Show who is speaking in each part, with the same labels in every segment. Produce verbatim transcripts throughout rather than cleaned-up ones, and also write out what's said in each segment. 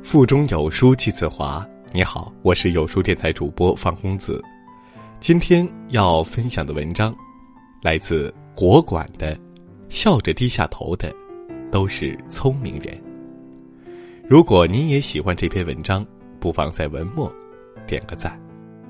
Speaker 1: 腹中有书气自华。你好，我是有书电台主播方公子。今天要分享的文章来自国馆的笑着低下头的都是聪明人。如果您也喜欢这篇文章，不妨在文末点个赞。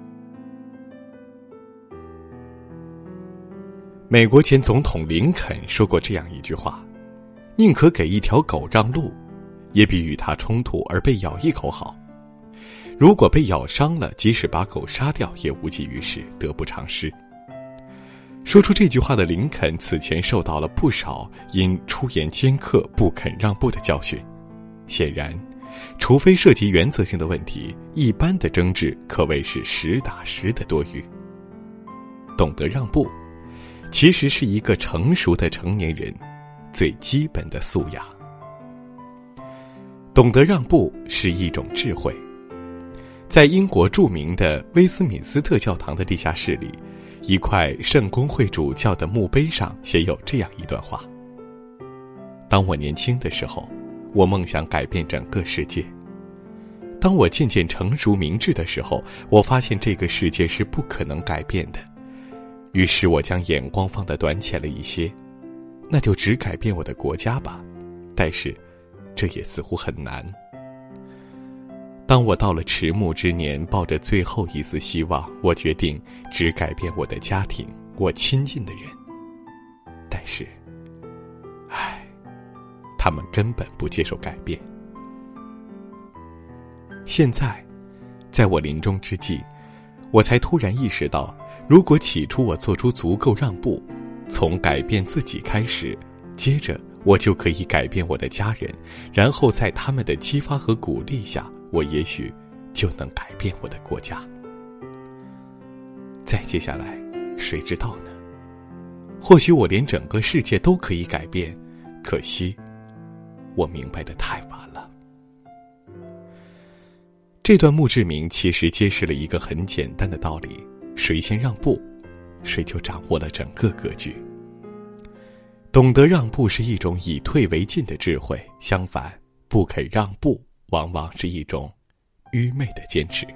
Speaker 1: 美国前总统林肯说过这样一句话：宁可给一条狗让路，也比与它冲突而被咬一口好。如果被咬伤了，即使把狗杀掉也无济于事，得不偿失。说出这句话的林肯此前受到了不少因出言尖刻不肯让步的教训。显然，除非涉及原则性的问题，一般的争执可谓是实打实的多余。懂得让步其实是一个成熟的成年人最基本的素养。懂得让步是一种智慧。在英国著名的威斯敏斯特教堂的地下室里，一块圣公会主教的墓碑上写有这样一段话：当我年轻的时候，我梦想改变整个世界。当我渐渐成熟明智的时候，我发现这个世界是不可能改变的。于是我将眼光放得短浅了一些，那就只改变我的国家吧。但是这也似乎很难。当我到了迟暮之年，抱着最后一丝希望，我决定只改变我的家庭，我亲近的人。但是唉，他们根本不接受改变。现在在我临终之际，我才突然意识到，如果起初我做出足够让步，从改变自己开始，接着我就可以改变我的家人，然后在他们的激发和鼓励下，我也许就能改变我的国家。再接下来，谁知道呢？或许我连整个世界都可以改变，可惜我明白得太晚了。这段墓志铭其实揭示了一个很简单的道理：谁先让步，谁就掌握了整个格局。懂得让步是一种以退为进的智慧，相反，不肯让步往往是一种愚昧的坚持。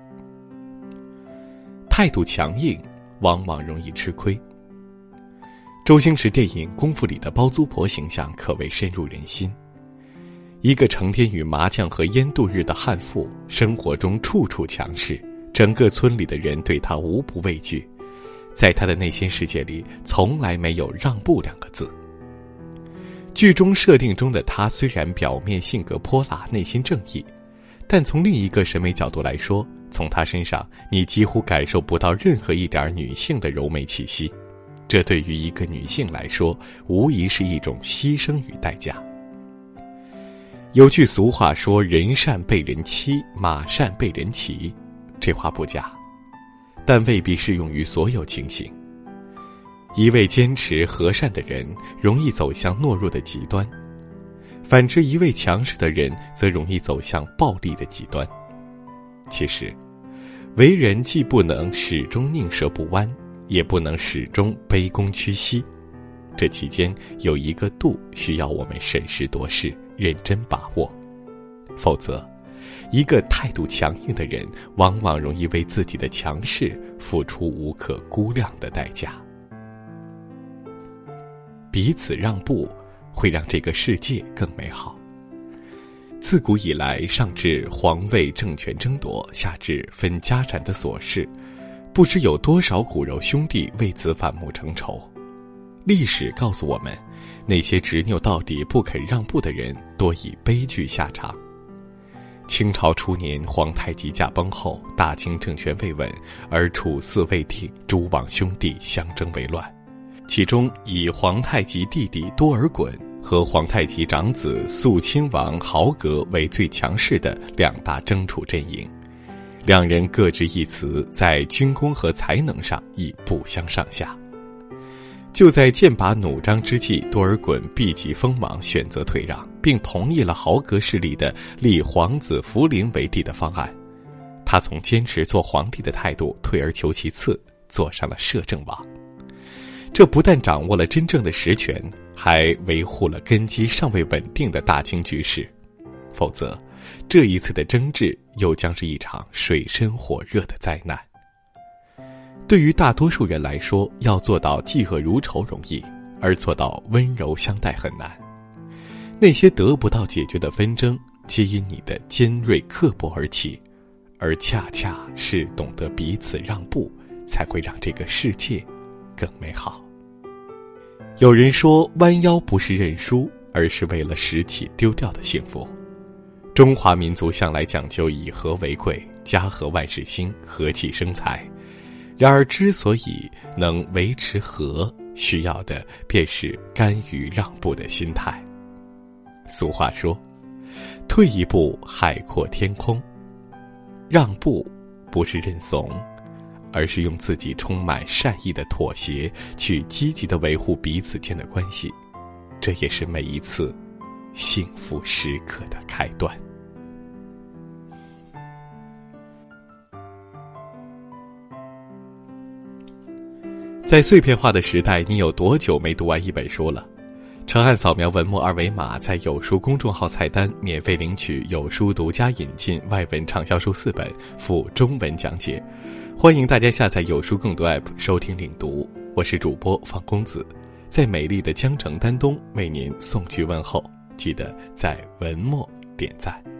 Speaker 1: 态度强硬往往容易吃亏。周星驰电影《功夫》里的包租婆形象可谓深入人心。一个成天与麻将和烟度日的悍妇，生活中处处强势，整个村里的人对她无不畏惧。在她的内心世界里，从来没有让步两个字。剧中设定中的她虽然表面性格泼辣，内心正义，但从另一个审美角度来说，从她身上你几乎感受不到任何一点女性的柔美气息。这对于一个女性来说，无疑是一种牺牲与代价。有句俗话说，人善被人欺，马善被人骑。这话不假，但未必适用于所有情形。一位坚持和善的人容易走向懦弱的极端，反之一位强势的人则容易走向暴力的极端。其实为人既不能始终宁折不弯，也不能始终卑躬屈膝，这期间有一个度需要我们审时度势，认真把握。否则一个态度强硬的人往往容易为自己的强势付出无可估量的代价。彼此让步会让这个世界更美好。自古以来，上至皇位政权争夺，下至分家产的琐事，不知有多少骨肉兄弟为此反目成仇。历史告诉我们，那些执拗到底不肯让步的人多以悲剧下场。清朝初年，皇太极驾崩后，大清政权未稳，而处嗣未定，诸王兄弟相争为乱。其中以皇太极弟弟多尔衮和皇太极长子肃亲王豪格为最强势的两大争储阵营，两人各执一词，在军功和才能上亦不相上下。就在剑拔弩张之际，多尔衮避疾锋芒，选择退让，并同意了豪格势力的立皇子福临为帝的方案。他从坚持做皇帝的态度退而求其次，坐上了摄政王。这不但掌握了真正的实权，还维护了根基尚未稳定的大清局势。否则这一次的争执又将是一场水深火热的灾难。对于大多数人来说，要做到嫉恶如仇容易，而做到温柔相待很难。那些得不到解决的纷争，皆因你的尖锐刻薄而起，而恰恰是懂得彼此让步，才会让这个世界更美好。有人说，弯腰不是认输，而是为了拾起丢掉的幸福。中华民族向来讲究以和为贵，家和万事兴，和气生财。然而之所以能维持和，需要的便是甘于让步的心态。俗话说，退一步海阔天空。让步不是认怂，而是用自己充满善意的妥协去积极地维护彼此间的关系，这也是每一次幸福时刻的开端。在碎片化的时代，你有多久没读完一本书了？长按扫描文末二维码，在有书公众号菜单免费领取有书独家引进外文畅销书四本，附中文讲解。欢迎大家下载有书更多 App 收听领读。我是主播方公子，在美丽的江城丹东为您送去问候，记得在文末点赞。